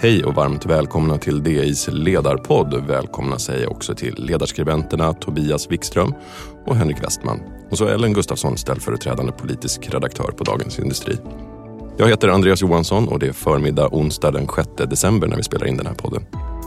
Hej och varmt välkomna till DIs ledarpodd. Välkomna säger också till ledarskribenterna Tobias Wikström och Henrik Westman. Och så Ellen Gustafsson, ställföreträdande politisk redaktör på Dagens Industri. Jag heter Andreas Johansson och det är förmiddag onsdag den 6 december när vi spelar in den här podden.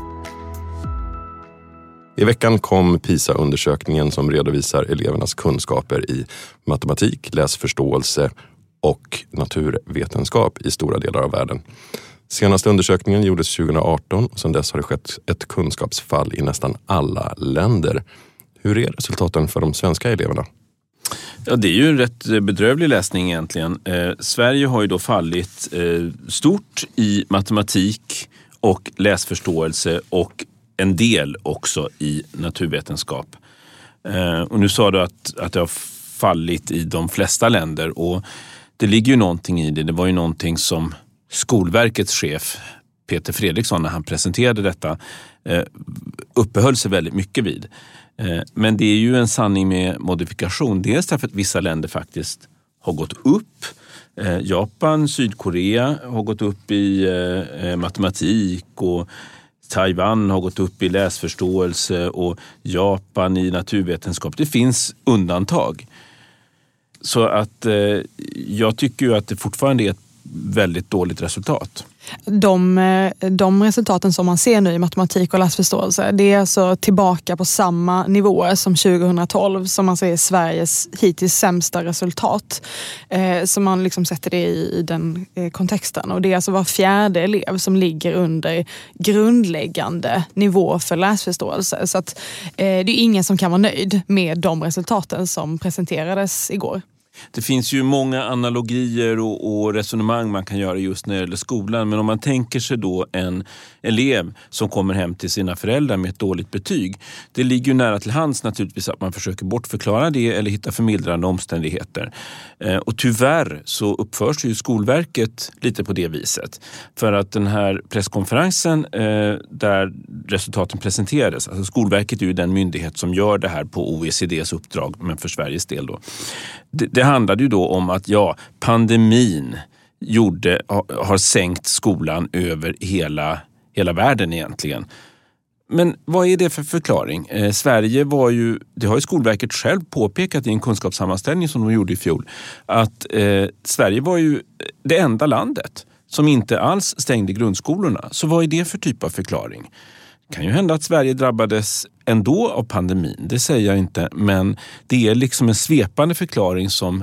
I veckan kom PISA-undersökningen som redovisar elevernas kunskaper i matematik, läsförståelse och naturvetenskap i stora delar av världen. Senaste undersökningen gjordes 2018 och sedan dess har det skett ett kunskapsfall i nästan alla länder. Hur är resultaten för de svenska eleverna? Ja, det är ju en rätt bedrövlig läsning egentligen. Sverige har ju då fallit stort i matematik och läsförståelse och en del också i naturvetenskap. Och nu sa du att det har fallit i de flesta länder och det ligger ju någonting i det. Det var ju någonting som Skolverkets chef Peter Fredriksson när han presenterade detta uppehöll sig väldigt mycket vid. Men det är ju en sanning med modifikation. Dels därför att vissa länder faktiskt har gått upp. Japan, Sydkorea har gått upp i matematik och Taiwan har gått upp i läsförståelse och Japan i naturvetenskap. Det finns undantag. Så att jag tycker ju att det fortfarande är ett väldigt dåligt resultat. De resultaten som man ser nu i matematik och läsförståelse, det är alltså tillbaka på samma nivåer som 2012 som man säger Sveriges hittills sämsta resultat. Så man liksom sätter det i den kontexten. Och det är alltså var fjärde elev som ligger under grundläggande nivå för läsförståelse. Så att det är ingen som kan vara nöjd med de resultaten som presenterades igår. Det finns ju många analogier och resonemang man kan göra just när det gäller skolan. Men om man tänker sig då en elev som kommer hem till sina föräldrar med ett dåligt betyg. Det ligger ju nära till hands naturligtvis att man försöker bortförklara det eller hitta förmildrande omständigheter. Och tyvärr så uppförs ju Skolverket lite på det viset. För att den här presskonferensen där resultaten presenterades. Alltså Skolverket är ju den myndighet som gör det här på OECDs uppdrag men för Sveriges del då. Det handlade ju då om att pandemin har sänkt skolan över hela världen egentligen. Men vad är det för förklaring? Sverige det har ju Skolverket själv påpekat i en kunskapssammanställning som de gjorde i fjol, att Sverige var ju det enda landet som inte alls stängde grundskolorna. Så vad är det för typ av förklaring? Det kan ju hända att Sverige drabbades ändå av pandemin, det säger jag inte, men det är liksom en svepande förklaring som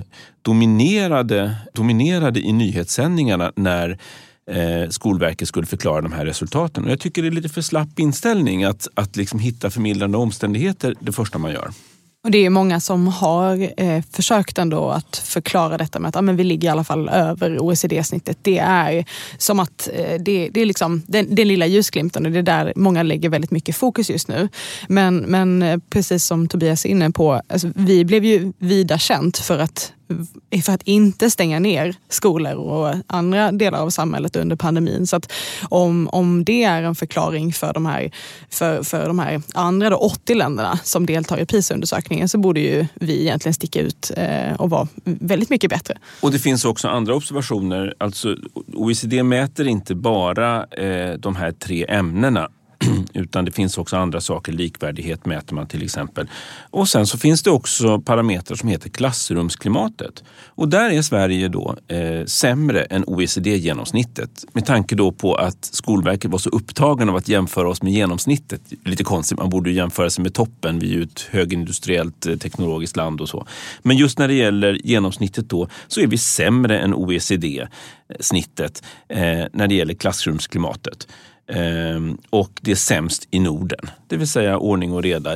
dominerade i nyhetssändningarna när Skolverket skulle förklara de här resultaten. Och jag tycker det är lite för slapp inställning att liksom hitta förmildrande omständigheter det första man gör. Och det är många som har försökt ändå att förklara detta med att men vi ligger i alla fall över OECD-snittet. Det är som att det är liksom den lilla ljusglimten och det är där många lägger väldigt mycket fokus just nu. Men precis som Tobias är inne på, alltså, vi blev ju vida känt för att inte stänga ner skolor och andra delar av samhället under pandemin. Så att om det är en förklaring för de här andra då 80 länderna som deltar i PISA-undersökningen så borde ju vi egentligen sticka ut och vara väldigt mycket bättre. Och det finns också andra observationer. Alltså OECD mäter inte bara de här 3 ämnena. Utan det finns också andra saker, likvärdighet mäter man till exempel. Och sen så finns det också parametrar som heter klassrumsklimatet. Och där är Sverige då sämre än OECD-genomsnittet. Med tanke då på att Skolverket var så upptagen av att jämföra oss med genomsnittet. Lite konstigt, man borde jämföra sig med toppen. Vi är ju ett högindustriellt teknologiskt land och så. Men just när det gäller genomsnittet då så är vi sämre än OECD-snittet när det gäller klassrumsklimatet. Och det är sämst i Norden, det vill säga ordning och reda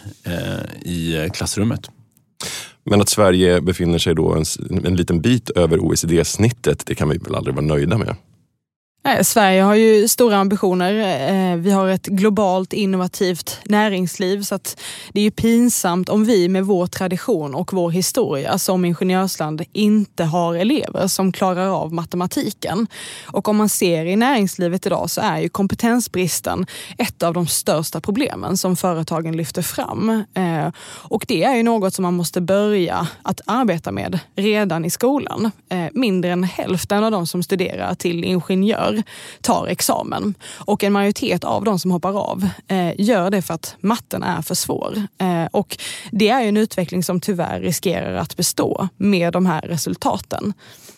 i klassrummet. Men att Sverige befinner sig då en liten bit över OECD-snittet, det kan vi väl aldrig vara nöjda med? Sverige har ju stora ambitioner. Vi har ett globalt innovativt näringsliv så att det är ju pinsamt om vi med vår tradition och vår historia som ingenjörsland inte har elever som klarar av matematiken. Och om man ser i näringslivet idag så är ju kompetensbristen ett av de största problemen som företagen lyfter fram. Och det är ju något som man måste börja att arbeta med redan i skolan. Mindre än hälften av de som studerar till ingenjör år tar examen. Och en majoritet av de som hoppar av gör det för att matten är för svår. Och det är ju en utveckling som tyvärr riskerar att bestå med de här resultaten.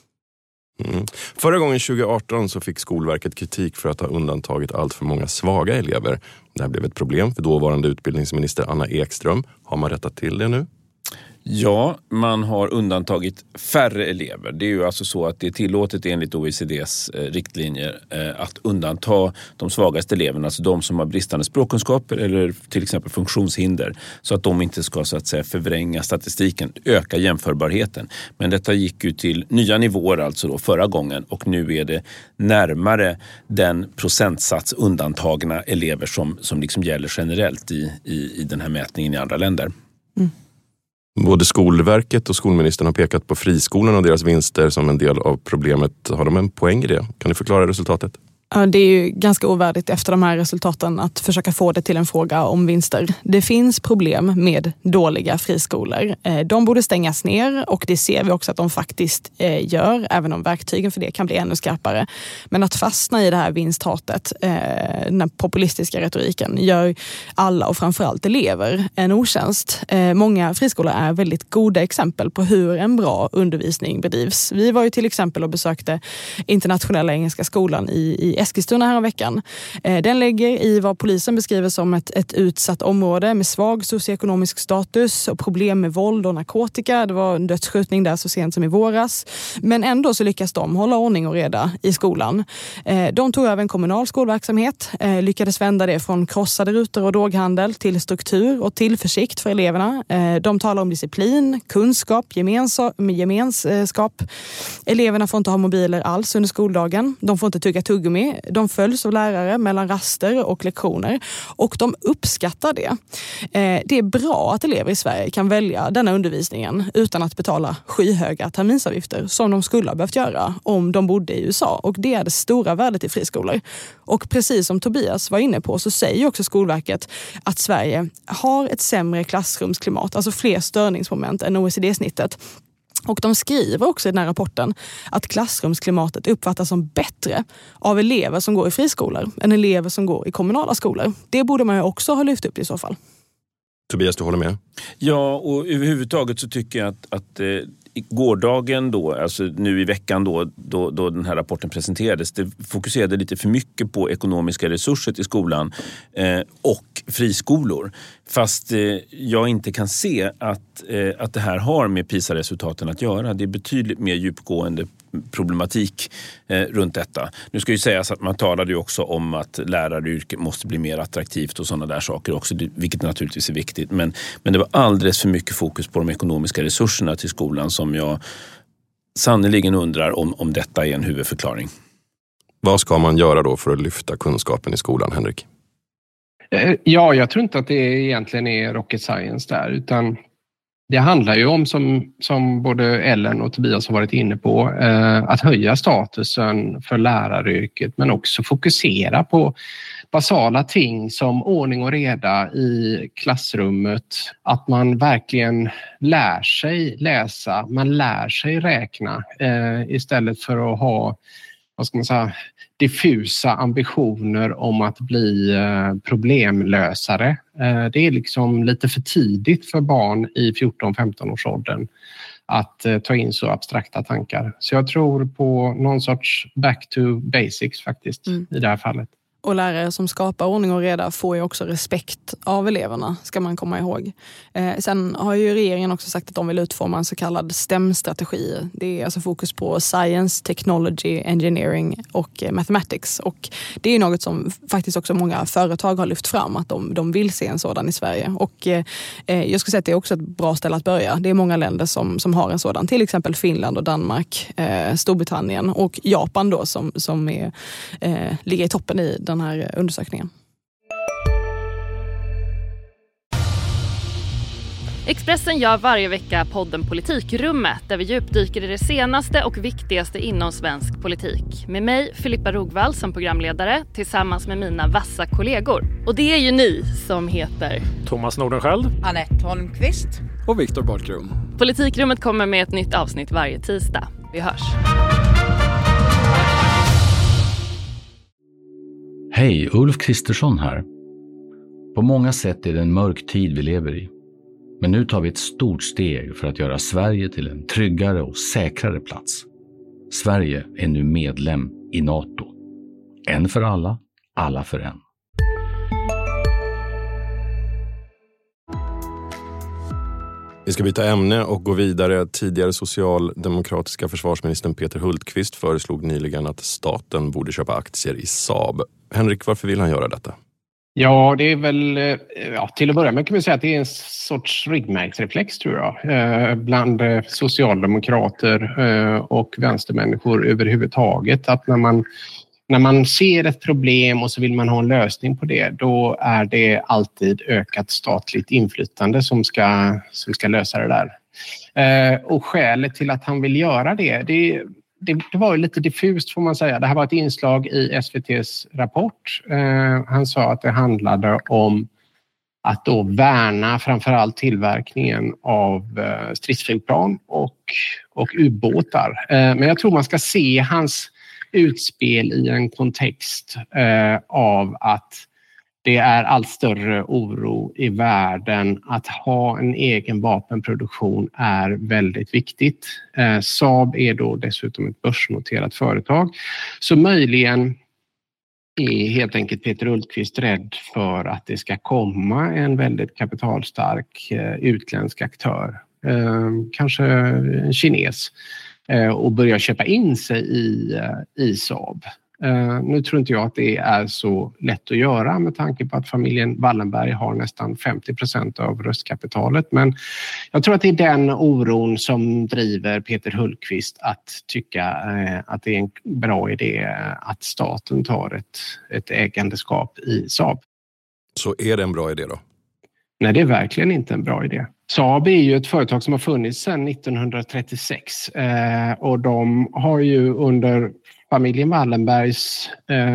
Förra gången 2018 så fick Skolverket kritik för att ha undantagit allt för många svaga elever. Det här blev ett problem för dåvarande utbildningsminister Anna Ekström. Har man rättat till det nu? Ja, man har undantagit färre elever. Det är ju alltså så att det är tillåtet enligt OECDs riktlinjer att undanta de svagaste eleverna, alltså de som har bristande språkkunskaper eller till exempel funktionshinder, så att de inte ska så att säga förvränga statistiken, öka jämförbarheten. Men detta gick ju till nya nivåer alltså då förra gången, och nu är det närmare den procentsats undantagna elever som liksom gäller generellt i den här mätningen i andra länder. Både Skolverket och skolministern har pekat på friskolorna och deras vinster som en del av problemet. Har de en poäng i det? Kan du förklara resultatet? Ja, det är ju ganska ovärdigt efter de här resultaten att försöka få det till en fråga om vinster. Det finns problem med dåliga friskolor. De borde stängas ner, och det ser vi också att de faktiskt gör, även om verktygen för det kan bli ännu skarpare. Men att fastna i det här vinsthatet, den populistiska retoriken, gör alla och framförallt elever en otjänst. Många friskolor är väldigt goda exempel på hur en bra undervisning bedrivs. Vi var ju till exempel och besökte Internationella Engelska skolan i Eskilstuna här om veckan. Den lägger i vad polisen beskriver som ett utsatt område med svag socioekonomisk status och problem med våld och narkotika. Det var en dödsskjutning där så sent som i våras. Men ändå så lyckas de hålla ordning och reda i skolan. De tog över en kommunal skolverksamhet, lyckades vända det från krossade rutor och droghandel till struktur och tillförsikt för eleverna. De talar om disciplin, kunskap, gemenskap. Eleverna får inte ha mobiler alls under skoldagen. De får inte tugga tuggummi. De följs av lärare mellan raster och lektioner, och de uppskattar det. Det är bra att elever i Sverige kan välja denna undervisningen utan att betala skyhöga terminsavgifter som de skulle ha behövt göra om de bodde i USA, och det är det stora värdet i friskolor. Och precis som Tobias var inne på så säger också Skolverket att Sverige har ett sämre klassrumsklimat, alltså fler störningsmoment än OECD-snittet. Och de skriver också i den här rapporten att klassrumsklimatet uppfattas som bättre av elever som går i friskolor än elever som går i kommunala skolor. Det borde man ju också ha lyft upp i så fall. Tobias, du håller med? Ja, och överhuvudtaget så tycker jag att gårdagen då, alltså nu i veckan då den här rapporten presenterades, det fokuserade lite för mycket på ekonomiska resurser till skolan och friskolor. Fast jag inte kan se att det här har med PISA-resultaten att göra. Det är betydligt mer djupgående problematik runt detta. Nu ska ju sägas att man talade ju också om att läraryrket måste bli mer attraktivt och sådana där saker också, vilket naturligtvis är viktigt. Men det var alldeles för mycket fokus på de ekonomiska resurserna till skolan som jag sannoliken undrar om detta är en huvudförklaring. Vad ska man göra då för att lyfta kunskapen i skolan, Henrik? Ja, jag tror inte att det egentligen är rocket science där, utan det handlar ju om, som både Ellen och Tobias har varit inne på, att höja statusen för läraryrket, men också fokusera på basala ting som ordning och reda i klassrummet. Att man verkligen lär sig läsa, man lär sig räkna istället för att ha, vad ska man säga, diffusa ambitioner om att bli problemlösare. Det är liksom lite för tidigt för barn i 14-15 års åldern att ta in så abstrakta tankar. Så jag tror på någon sorts back to basics faktiskt i det här fallet. Och lärare som skapar ordning och reda får ju också respekt av eleverna, ska man komma ihåg. Sen har ju regeringen också sagt att de vill utforma en så kallad STEM-strategi. Det är alltså fokus på science, technology, engineering och mathematics. Och det är ju något som faktiskt också många företag har lyft fram, att de vill se en sådan i Sverige. Och jag skulle säga att det är också ett bra ställe att börja. Det är många länder som har en sådan, till exempel Finland och Danmark, Storbritannien och Japan då som ligger i toppen i den här undersökningen. Expressen gör varje vecka podden Politikrummet, där vi djupdyker i det senaste och viktigaste inom svensk politik. Med mig, Filippa Rogvall, som programledare, tillsammans med mina vassa kollegor. Och det är ju ni som heter Thomas Nordenskjöld, Anette Holmqvist och Viktor Bartgrum. Politikrummet kommer med ett nytt avsnitt varje tisdag. Vi hörs. Hej, Ulf Kristersson här. På många sätt är det en mörk tid vi lever i. Men nu tar vi ett stort steg för att göra Sverige till en tryggare och säkrare plats. Sverige är nu medlem i NATO. En för alla, alla för en. Vi ska byta ämne och gå vidare. Tidigare socialdemokratiska försvarsministern Peter Hultqvist föreslog nyligen att staten borde köpa aktier i Saab. Henrik, varför vill han göra detta? Ja, det är väl, till att börja med kan vi säga att det är en sorts ryggmärgsreflex tror jag. Bland socialdemokrater och vänstermänniskor överhuvudtaget. Att när man ser ett problem och så vill man ha en lösning på det, då är det alltid ökat statligt inflytande som ska lösa det där. Och skälet till att han vill göra det var ju lite diffust får man säga. Det här var ett inslag i SVT:s Rapport. Han sa att det handlade om att då värna framförallt tillverkningen av stridsflygplan och ubåtar. Men jag tror man ska se hans utspel i en kontext av att det är allt större oro i världen. Att ha en egen vapenproduktion är väldigt viktigt. Saab är då dessutom ett börsnoterat företag. Så möjligen är helt enkelt Peter Hultqvist rädd för att det ska komma en väldigt kapitalstark utländsk aktör. Kanske en kines. Och börja köpa in sig i Saab. Nu tror inte jag att det är så lätt att göra med tanke på att familjen Wallenberg har nästan 50% av röstkapitalet. Men jag tror att det är den oron som driver Peter Hultqvist att tycka att det är en bra idé att staten tar ett ägandeskap i Saab. Så är det en bra idé då? Nej, det är verkligen inte en bra idé. Saab är ju ett företag som har funnits sedan 1936 och de har ju under familjen Wallenbergs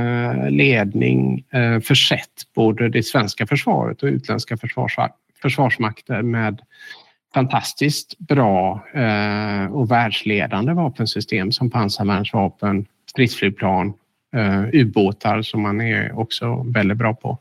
ledning försett både det svenska försvaret och utländska försvarsmakter med fantastiskt bra och världsledande vapensystem som pansarvärnsvapen, stridsflygplan, ubåtar som man är också väldigt bra på.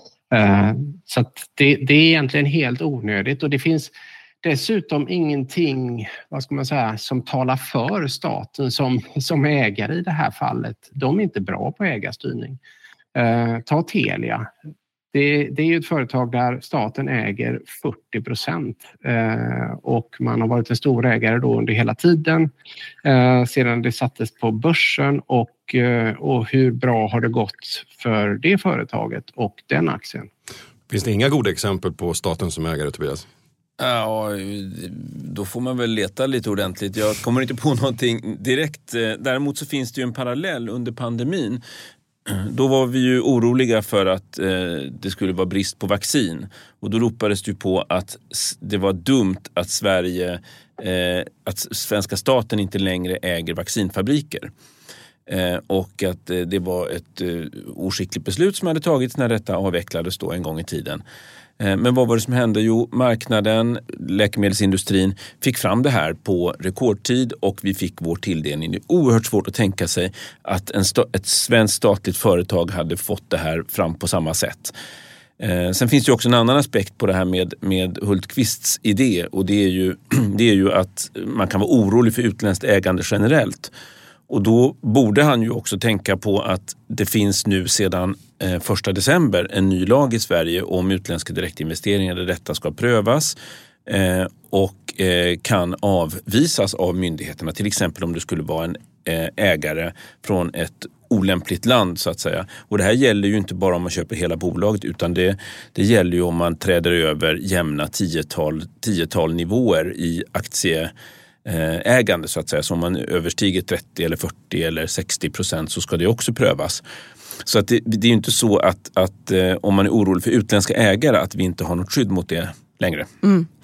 Så att det är egentligen helt onödigt och det finns dessutom ingenting, vad ska man säga, som talar för staten som ägare i det här fallet. De är inte bra på ägarstyrning. Ta Telia. Det är ju ett företag där staten äger 40% och man har varit en stor ägare då under hela tiden sedan det sattes på börsen och hur bra har det gått för det företaget och den aktien. Finns det inga goda exempel på staten som ägare, Tobias? Ja, då får man väl leta lite ordentligt. Jag kommer inte på någonting direkt. Däremot så finns det ju en parallell under pandemin. Då var vi ju oroliga för att det skulle vara brist på vaccin. Och då ropades det ju på att det var dumt att att svenska staten inte längre äger vaccinfabriker. Och att det var ett oskickligt beslut som hade tagits när detta avvecklades då en gång i tiden. Men vad var det som hände? Jo, marknaden, läkemedelsindustrin fick fram det här på rekordtid och vi fick vår tilldelning. Det är oerhört svårt att tänka sig att ett svenskt statligt företag hade fått det här fram på samma sätt. Sen finns det ju också en annan aspekt på det här med Hultqvists idé och det är ju att man kan vara orolig för utländskt ägande generellt. Och då borde han ju också tänka på att det finns nu sedan 1 december en ny lag i Sverige om utländska direktinvesteringar där detta ska prövas och kan avvisas av myndigheterna. Till exempel om det skulle vara en ägare från ett olämpligt land så att säga. Och det här gäller ju inte bara om man köper hela bolaget utan det gäller ju om man träder över jämna tiotal nivåer i aktieägande så att säga. Så om man överstiger 30 eller 40 eller 60% så ska det också prövas. Så att det är ju inte så att om man är orolig för utländska ägare att vi inte har något skydd mot det längre.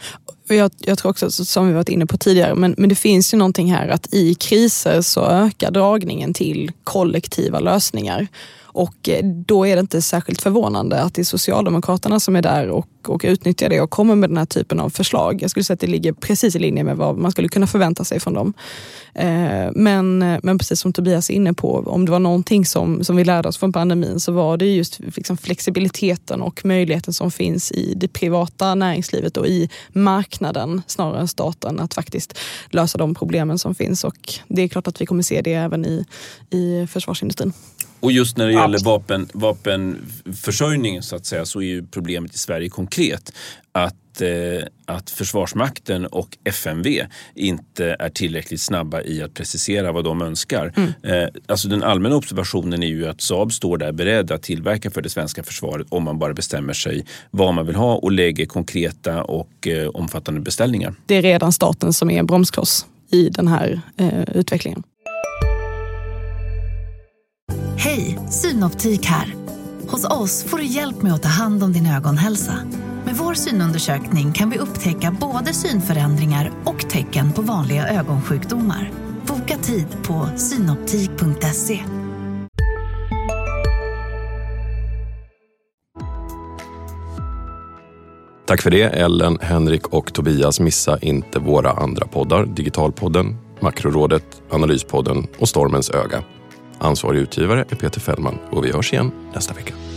Jag tror också, som vi varit inne på tidigare, men det finns ju någonting här att i kriser så ökar dragningen till kollektiva lösningar. Och då är det inte särskilt förvånande att det är Socialdemokraterna som är där och utnyttjar det och kommer med den här typen av förslag. Jag skulle säga att det ligger precis i linje med vad man skulle kunna förvänta sig från dem. Men precis som Tobias är inne på, om det var någonting som vi lärde oss från pandemin, så var det just liksom flexibiliteten och möjligheten som finns i det privata näringslivet och i marknaden snarare än staten att faktiskt lösa de problemen som finns. Och det är klart att vi kommer se det även i försvarsindustrin. Och just när det gäller vapenförsörjningen så att säga, så är ju problemet i Sverige konkret att Försvarsmakten och FMV inte är tillräckligt snabba i att precisera vad de önskar. Alltså den allmänna observationen är ju att Saab står där beredd att tillverka för det svenska försvaret om man bara bestämmer sig vad man vill ha och lägger konkreta och omfattande beställningar. Det är redan staten som är en bromskloss i den här utvecklingen. Hej, Synoptik här. Hos oss får du hjälp med att ta hand om din ögonhälsa. Med vår synundersökning kan vi upptäcka både synförändringar och tecken på vanliga ögonsjukdomar. Boka tid på synoptik.se. Tack för det, Ellen, Henrik och Tobias. Missa inte våra andra poddar. Digitalpodden, Makrorådet, Analyspodden och Stormens öga. Ansvarig utgivare är Peter Fällman och vi hörs igen nästa vecka.